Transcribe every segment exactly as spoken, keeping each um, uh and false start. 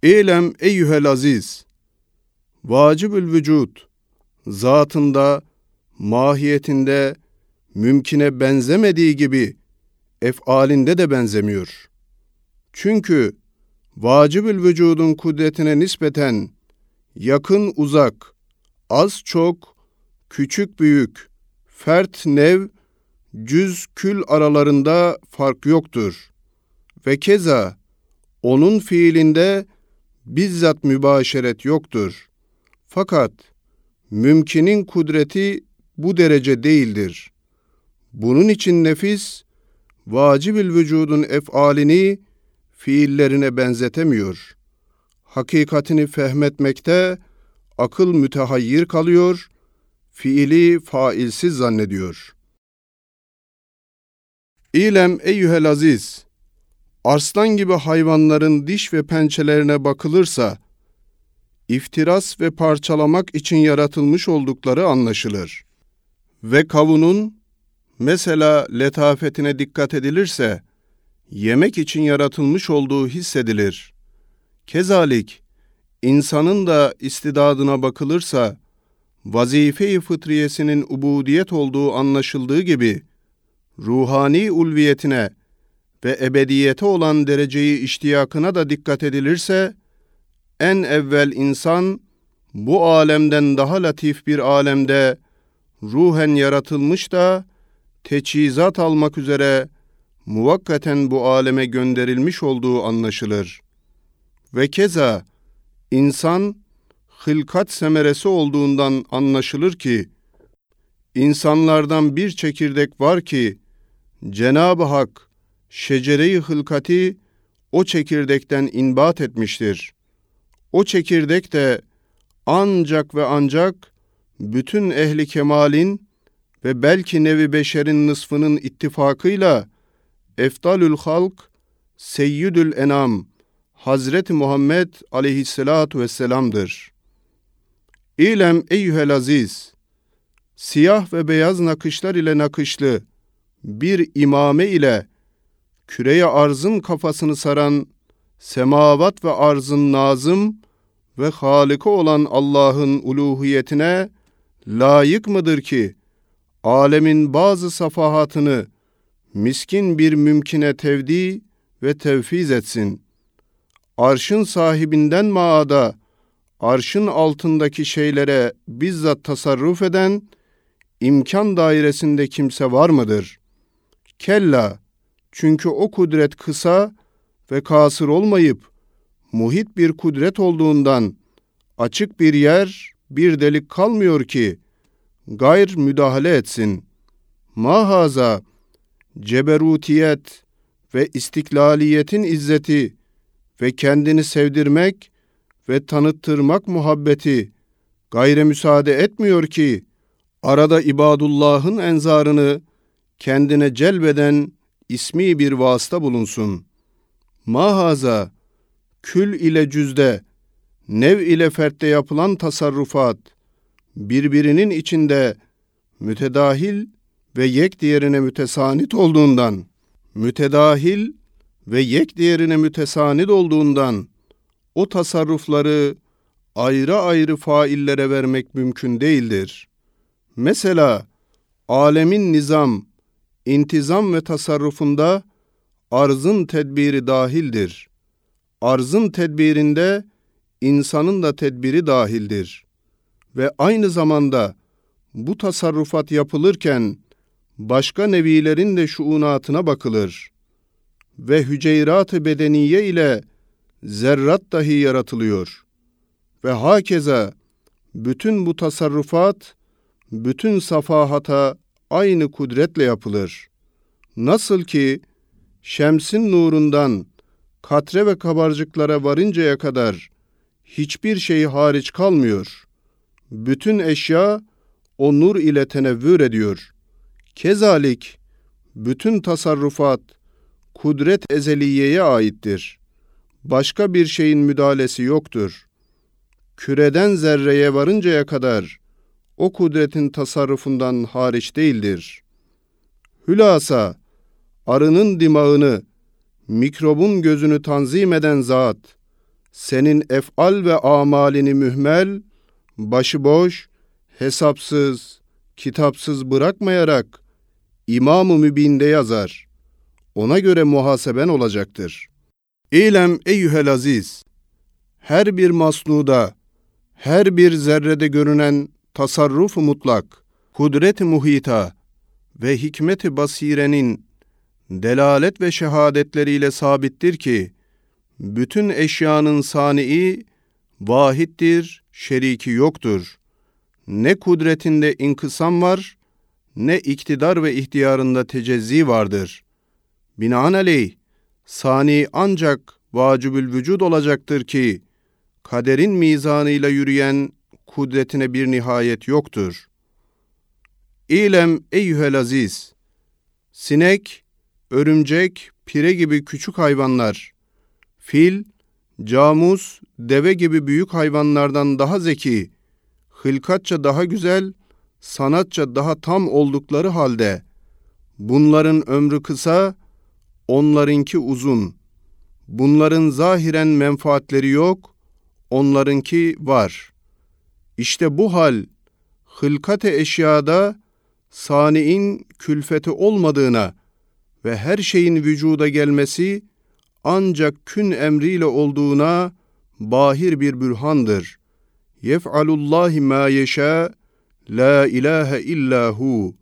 İ'lem eyyühel aziz, vacibül vücud, zatında, mahiyetinde, mümkine benzemediği gibi, ef'alinde de benzemiyor. Çünkü vacibül vücudun kudretine nispeten, yakın uzak, az çok, küçük büyük, fert nev, cüz kül aralarında fark yoktur. Ve keza, onun fiilinde bizzat mübaşeret yoktur. Fakat mümkinin kudreti bu derece değildir. Bunun için nefis, vacibül vücudun ef'alini fiillerine benzetemiyor. Hakikatini fehmetmekte akıl mütehayyir kalıyor, fiili failsiz zannediyor. İlem eyyühel aziz, arslan gibi hayvanların diş ve pençelerine bakılırsa, iftiras ve parçalamak için yaratılmış oldukları anlaşılır. Ve kavunun, mesela letafetine dikkat edilirse, yemek için yaratılmış olduğu hissedilir. Kezalik, insanın da istidadına bakılırsa, vazife-i fıtriyesinin ubudiyet olduğu anlaşıldığı gibi, ruhani ulviyetine ve ebediyete olan dereceyi iştiyakına da dikkat edilirse, en evvel insan, bu alemden daha latif bir alemde ruhen yaratılmış da, teçhizat almak üzere muvakkaten bu aleme gönderilmiş olduğu anlaşılır. Ve keza, insan, hılkat semeresi olduğundan anlaşılır ki, insanlardan bir çekirdek var ki, Cenab-ı Hak, şecere-i hılkati o çekirdekten inbat etmiştir. O çekirdek de ancak ve ancak bütün ehli kemalin ve belki nevi beşerin nısfının ittifakıyla Efdalül Halk, Seyyidül Enam, Hazreti Muhammed aleyhissalatu vesselam'dır. İlem eyyühel aziz, siyah ve beyaz nakışlar ile nakışlı bir imame ile küreye arzın kafasını saran semavat ve arzın nazım ve Halık'ı olan Allah'ın uluhiyetine layık mıdır ki, alemin bazı safahatını miskin bir mümkine tevdi ve tevfiz etsin. Arşın sahibinden maada, arşın altındaki şeylere bizzat tasarruf eden, imkan dairesinde kimse var mıdır? Kella, çünkü o kudret kısa ve kasır olmayıp, muhit bir kudret olduğundan, açık bir yer, bir delik kalmıyor ki, gayr müdahale etsin. Mahaza, ceberutiyet ve istiklaliyetin izzeti ve kendini sevdirmek ve tanıttırmak muhabbeti gayre müsaade etmiyor ki, arada ibadullah'ın enzarını kendine celbeden ismi bir vasıta bulunsun. Mahaza, kül ile cüzde, nev ile fertte yapılan tasarrufat, birbirinin içinde mütedahil ve yek diğerine mütesanit olduğundan, mütedahil ve yek diğerine mütesanit olduğundan, o tasarrufları ayrı ayrı faillere vermek mümkün değildir. Mesela, alemin nizam, intizam ve tasarrufunda arzın tedbiri dahildir. Arzın tedbirinde insanın da tedbiri dahildir. Ve aynı zamanda bu tasarrufat yapılırken başka nevilerin de şuunatına bakılır. Ve hüceyrat-ı bedeniye ile zerrat dahi yaratılıyor. Ve hakeza bütün bu tasarrufat, bütün safahata aynı kudretle yapılır. Nasıl ki şemsin nurundan katre ve kabarcıklara varıncaya kadar hiçbir şey hariç kalmıyor. Bütün eşya o nur ile tenevvür ediyor. Kezalik bütün tasarrufat kudret ezeliyeye aittir. Başka bir şeyin müdahalesi yoktur. Küreden zerreye varıncaya kadar o kudretin tasarrufundan hariç değildir. Hülasa, arının dimağını, mikrobun gözünü tanzim eden zat, senin ef'al ve amalini mühmel, başıboş, hesapsız, kitapsız bırakmayarak İmam-ı Mübin'de yazar. Ona göre muhaseben olacaktır. İlem eyyühel aziz, her bir masnuda, her bir zerrede görünen tasarruf-u mutlak, kudret-i muhita ve hikmet-i basirenin delalet ve şehadetleriyle sabittir ki, bütün eşyanın sani'i vahittir, şeriki yoktur. Ne kudretinde inkısam var, ne iktidar ve ihtiyarında tecezzi vardır. Binaenaleyh, sani ancak vacibül vücud olacaktır ki, kaderin mizanıyla yürüyen kudretine bir nihayet yoktur. İlem eyyühel aziz, sinek, örümcek, pire gibi küçük hayvanlar, fil, camus, deve gibi büyük hayvanlardan daha zeki, hılkatça daha güzel, sanatça daha tam oldukları halde, bunların ömrü kısa, onlarınki uzun. Bunların zahiren menfaatleri yok, onlarınki var. İşte bu hal, hılkat-ı eşyada sani'in külfeti olmadığına ve her şeyin vücuda gelmesi ancak kün emriyle olduğuna bahir bir bürhandır. Yef'alullahi ma yeşâ, la ilahe illahu.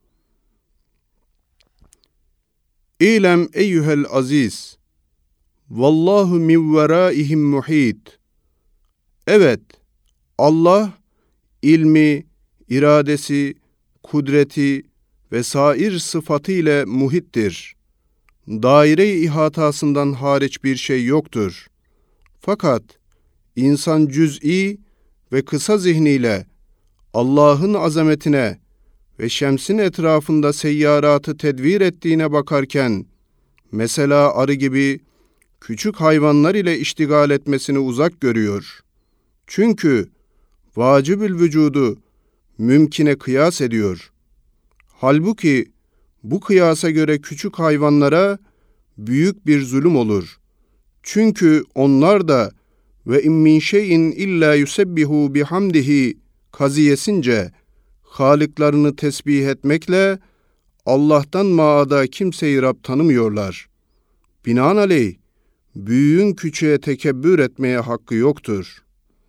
İlem eyyühel aziz, vallahu min veraihim muhit. Evet, Allah ilmi, iradesi, kudreti ve sair sıfatı ile muhittir. Daire-i ihatasından hariç bir şey yoktur. Fakat insan cüz'i ve kısa zihniyle Allah'ın azametine ve şemsin etrafında seyyaratı tedvir ettiğine bakarken, mesela arı gibi küçük hayvanlar ile iştigal etmesini uzak görüyor. Çünkü vacibül vücudu mümkine kıyas ediyor. Halbuki bu kıyasa göre küçük hayvanlara büyük bir zulüm olur. Çünkü onlar da ve in min şeyin illa yusebbihu bihamdihi kaziyesince halıklarını tesbih etmekle Allah'tan maada kimseyi Rab tanımıyorlar. Binaenaleyh büyüğün küçüğe tekebbür etmeye hakkı yoktur.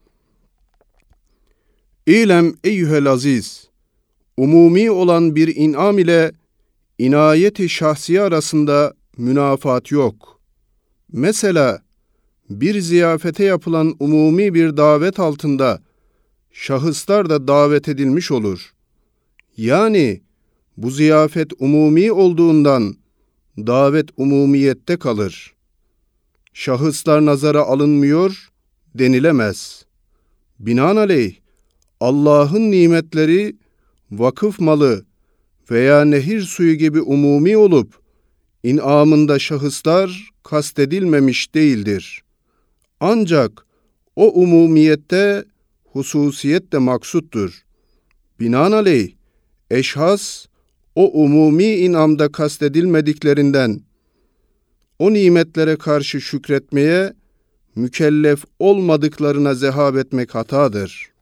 İlem eyyühel aziz, umumi olan bir inam ile inayeti şahsiye arasında münafat yok. Mesela bir ziyafete yapılan umumi bir davet altında şahıslar da davet edilmiş olur. Yani bu ziyafet umumi olduğundan davet umumiyette kalır. Şahıslar nazara alınmıyor denilemez. Binaenaleyh Allah'ın nimetleri vakıf malı veya nehir suyu gibi umumi olup inamında şahıslar kastedilmemiş değildir. Ancak o umumiyette hususiyet de maksuttur. Binaenaleyh eşhas o umumi inamda kastedilmediklerinden o nimetlere karşı şükretmeye mükellef olmadıklarına zehab etmek hatadır.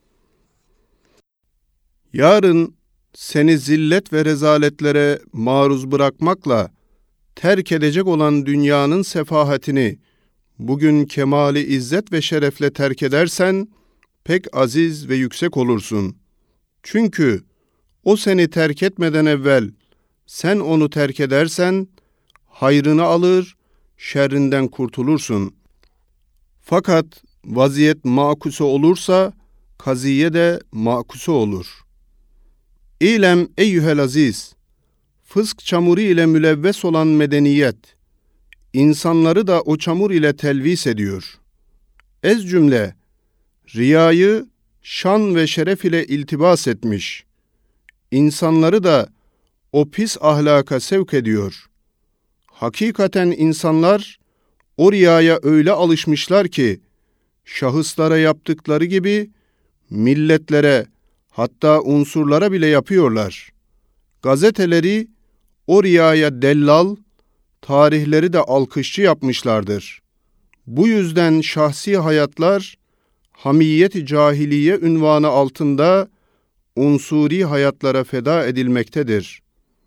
Yarın seni zillet ve rezaletlere maruz bırakmakla terk edecek olan dünyanın sefahetini bugün kemali izzet ve şerefle terk edersen pek aziz ve yüksek olursun. Çünkü o seni terk etmeden evvel sen onu terk edersen hayrını alır, şerrinden kurtulursun. Fakat vaziyet makuse olursa kaziye de makuse olur. İlem eyyühel aziz, fısk çamuru ile mülevves olan medeniyet, insanları da o çamur ile telvis ediyor. Ez cümle, riyayı şan ve şeref ile iltibas etmiş, insanları da o pis ahlaka sevk ediyor. Hakikaten insanlar o riyaya öyle alışmışlar ki, şahıslara yaptıkları gibi milletlere, hatta unsurlara bile yapıyorlar. Gazeteleri o riyaya dellal, tarihleri de alkışçı yapmışlardır. Bu yüzden şahsi hayatlar hamiyet-i cahiliye unvanı altında unsuri hayatlara feda edilmektedir.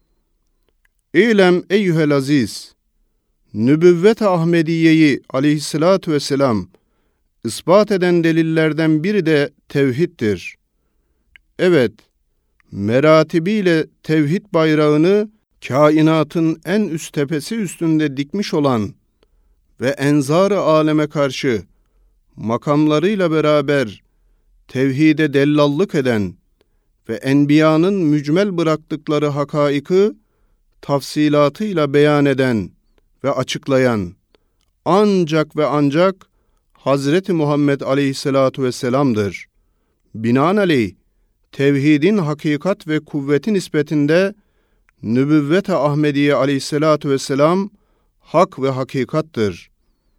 İlem eyyühel aziz, nübüvvet-i Ahmediye'yi aleyhissalatu vesselam ispat eden delillerden biri de tevhiddir. Evet, meratibiyle tevhid bayrağını kainatın en üst tepesi üstünde dikmiş olan ve enzar-ı aleme karşı makamlarıyla beraber tevhide dellallık eden ve enbiyanın mücmel bıraktıkları hakaiki tafsilatıyla beyan eden ve açıklayan ancak ve ancak Hazreti Muhammed Aleyhisselatu Vesselam'dır. Binaenaleyh, tevhidin hakikat ve kuvveti nispetinde nübüvvet-i Ahmediye Aleyhisselatu Vesselam hak ve hakikattır.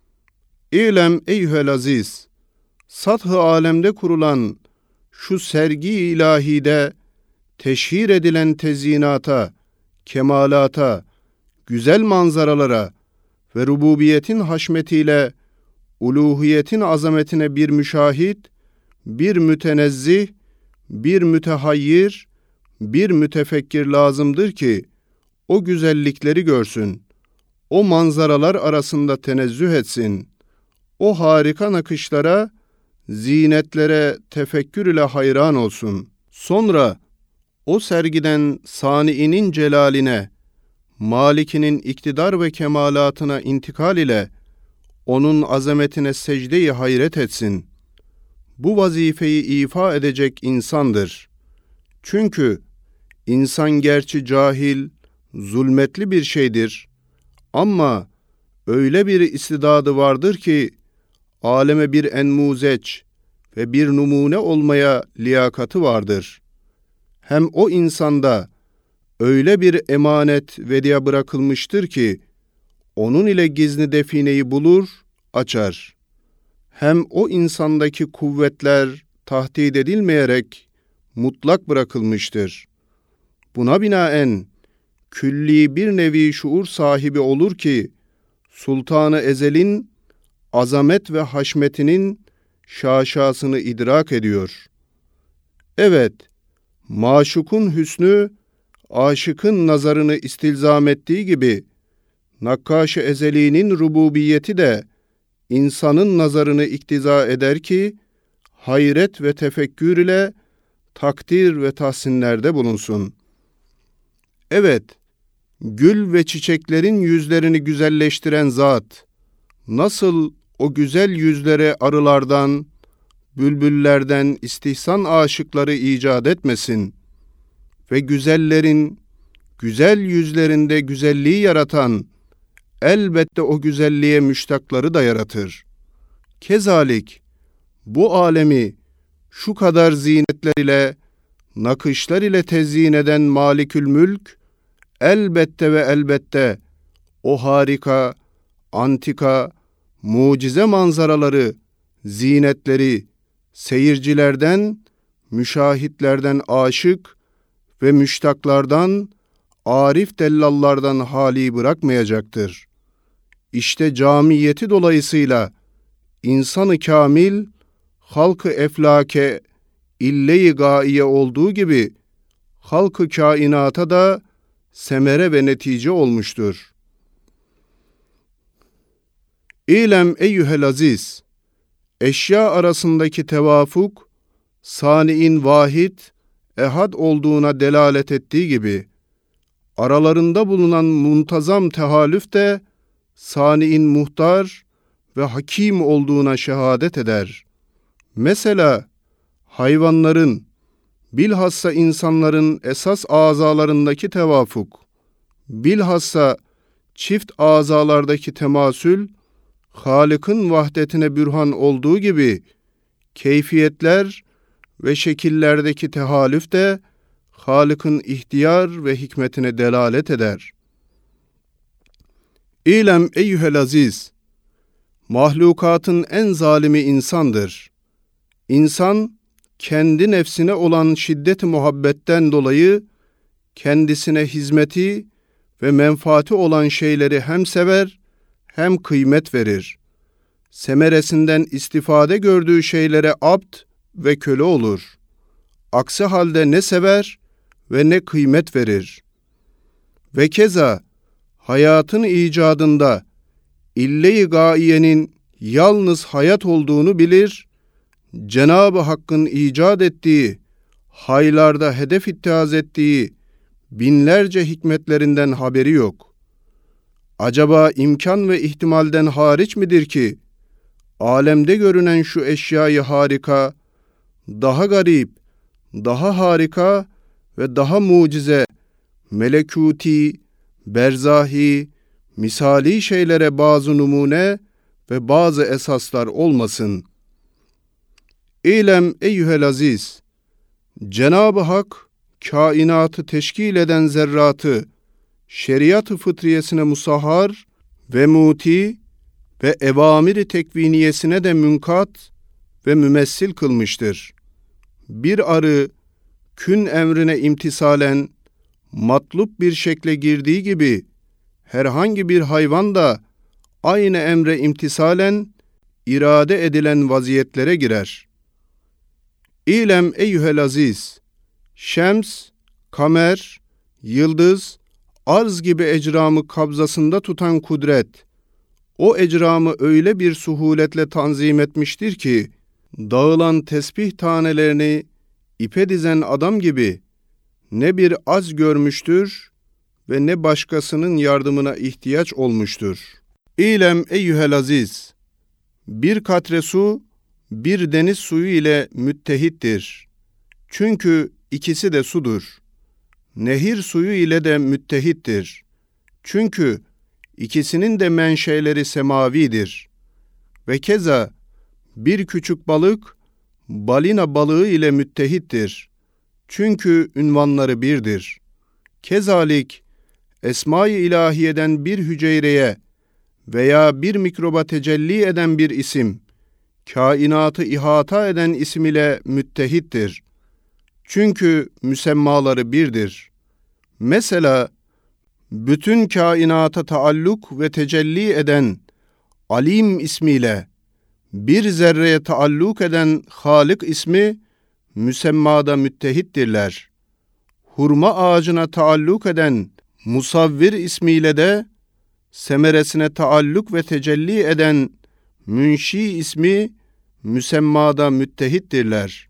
İlem eyyühel aziz, sath-ı alemde kurulan şu sergi ilahide teşhir edilen tezyinata, kemalata, güzel manzaralara ve rububiyetin haşmetiyle uluhiyetin azametine bir müşahit, bir mütenezzih, bir mütehayyir, bir mütefekkir lazımdır ki o güzellikleri görsün, o manzaralar arasında tenezzüh etsin, o harika nakışlara, zinetlere tefekkür ile hayran olsun. Sonra o sergiden saniinin celaline, malikinin iktidar ve kemalatına intikal ile onun azametine secde-i hayret etsin. Bu vazifeyi ifa edecek insandır. Çünkü insan gerçi cahil, zulmetli bir şeydir ama öyle bir istidadı vardır ki aleme bir enmuzeç ve bir numune olmaya liyakatı vardır. Hem o insanda öyle bir emanet vediye bırakılmıştır ki onun ile gizli defineyi bulur, açar. Hem o insandaki kuvvetler tahdid edilmeyerek mutlak bırakılmıştır. Buna binaen külli bir nevi şuur sahibi olur ki Sultan-ı Ezel'in azamet ve haşmetinin şaşasını idrak ediyor. Evet, maşukun hüsnü aşıkın nazarını istilzam ettiği gibi Nakkaş-ı Ezeli'nin rububiyeti de insanın nazarını iktiza eder ki hayret ve tefekkür ile takdir ve tahsinlerde bulunsun. Evet, gül ve çiçeklerin yüzlerini güzelleştiren zat, nasıl o güzel yüzlere arılardan, bülbüllerden istihsan aşıkları icat etmesin ve güzellerin, güzel yüzlerinde güzelliği yaratan, elbette o güzelliğe müştakları da yaratır. Kezalik, bu alemi şu kadar zinetler ile, nakışlar ile tezyin eden Malikül Mülk, elbette ve elbette o harika, antika, mucize manzaraları, zinetleri, seyircilerden, müşahitlerden aşık ve müştaklardan, arif dellallardan hali bırakmayacaktır. İşte camiyeti dolayısıyla insan-ı kamil, halk-ı eflake, ille-i gaiye olduğu gibi halk-ı kainata da semere ve netice olmuştur. İlem eyyühel aziz, eşya arasındaki tevafuk, sani'in vahid, ehad olduğuna delalet ettiği gibi, aralarında bulunan muntazam tehalüf de, sani'in muhtar ve hakim olduğuna şehadet eder. Mesela, hayvanların, bilhassa insanların esas azalarındaki tevafuk, bilhassa çift azalardaki temasül, Halık'ın vahdetine bürhan olduğu gibi, keyfiyetler ve şekillerdeki tehalüf de, Halık'ın ihtiyar ve hikmetine delalet eder. İlem eyyühel aziz, mahlukatın en zalimi insandır. İnsan, kendi nefsine olan şiddet-i muhabbetten dolayı, kendisine hizmeti ve menfaati olan şeyleri hem sever, hem kıymet verir. semeresinden istifade gördüğü şeylere abd ve köle olur. Aksi halde ne sever ve ne kıymet verir. Ve keza hayatın icadında ille-i gâiyenin yalnız hayat olduğunu bilir, Cenab-ı Hakk'ın icat ettiği, haylarda hedef ittihaz ettiği binlerce hikmetlerinden haberi yok. Acaba imkan ve ihtimalden hariç midir ki, alemde görünen şu eşyayı harika, daha garip, daha harika ve daha mucize, melekuti, berzahi, misali şeylere bazı numune ve bazı esaslar olmasın. İlem eyyühel aziz, Cenab-ı Hak, kainatı teşkil eden zerratı, şeriat-ı fıtriyesine musahhar ve muti ve evamir-i tekviniyesine de münkat ve mümessil kılmıştır. Bir arı, kün emrine imtisalen, matlup bir şekle girdiği gibi, herhangi bir hayvan da aynı emre imtisalen, irade edilen vaziyetlere girer. İlem eyyühel aziz, şems, kamer, yıldız, arz gibi ecramı kabzasında tutan kudret, o ecramı öyle bir suhuletle tanzim etmiştir ki, dağılan tesbih tanelerini ipe dizen adam gibi ne bir az görmüştür ve ne başkasının yardımına ihtiyaç olmuştur. İlem eyyühel aziz, bir katre su, bir deniz suyu ile müttehittir. Çünkü ikisi de sudur. Nehir suyu ile de müttehittir. Çünkü ikisinin de menşeleri semavidir. Ve keza bir küçük balık, balina balığı ile müttehittir. Çünkü ünvanları birdir. Kezalik, Esma-i İlahiye'den bir hücreye veya bir mikroba tecelli eden bir isim, kainatı ihata eden isim ile müttehittir. Çünkü müsemmaları birdir. Mesela, bütün kainata taalluk ve tecelli eden Alim ismiyle bir zerreye taalluk eden Halik ismi müsemmada müttehittirler. Hurma ağacına taalluk eden Musavvir ismiyle de semeresine taalluk ve tecelli eden Münşi ismi müsemmada müttehittirler.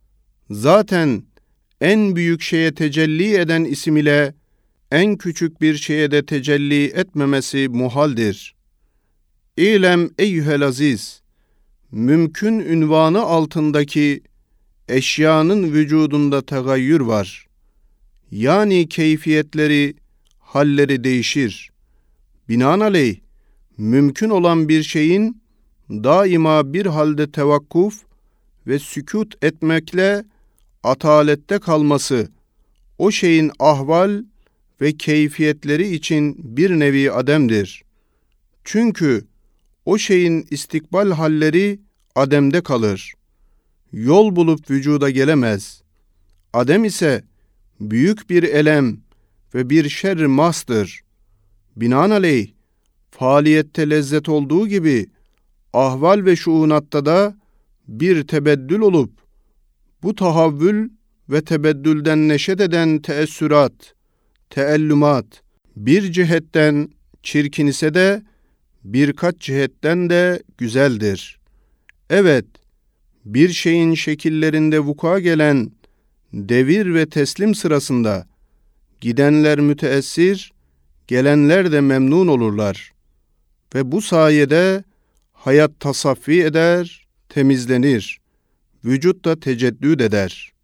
Zaten en büyük şeye tecelli eden isim ile en küçük bir şeye de tecelli etmemesi muhaldir. İlem eyyühel aziz, mümkün ünvanı altındaki eşyanın vücudunda tegayyür var. Yani keyfiyetleri, halleri değişir. Binaenaleyh, mümkün olan bir şeyin daima bir halde tevakkuf ve sükût etmekle atalette kalması, o şeyin ahval ve keyfiyetleri için bir nevi ademdir. Çünkü o şeyin istikbal halleri ademde kalır. Yol bulup vücuda gelemez. Adem ise büyük bir elem ve bir şer-i mahstır. Binaenaleyh, faaliyette lezzet olduğu gibi, ahval ve şuunatta da bir tebeddül olup, bu tahavvül ve tebeddülden neşet eden teessürat, teellümat, bir cihetten çirkin ise de birkaç cihetten de güzeldir. Evet, bir şeyin şekillerinde vuku'a gelen devir ve teslim sırasında gidenler müteessir, gelenler de memnun olurlar. Ve bu sayede hayat tasaffi eder, temizlenir, vücut da teceddüd eder.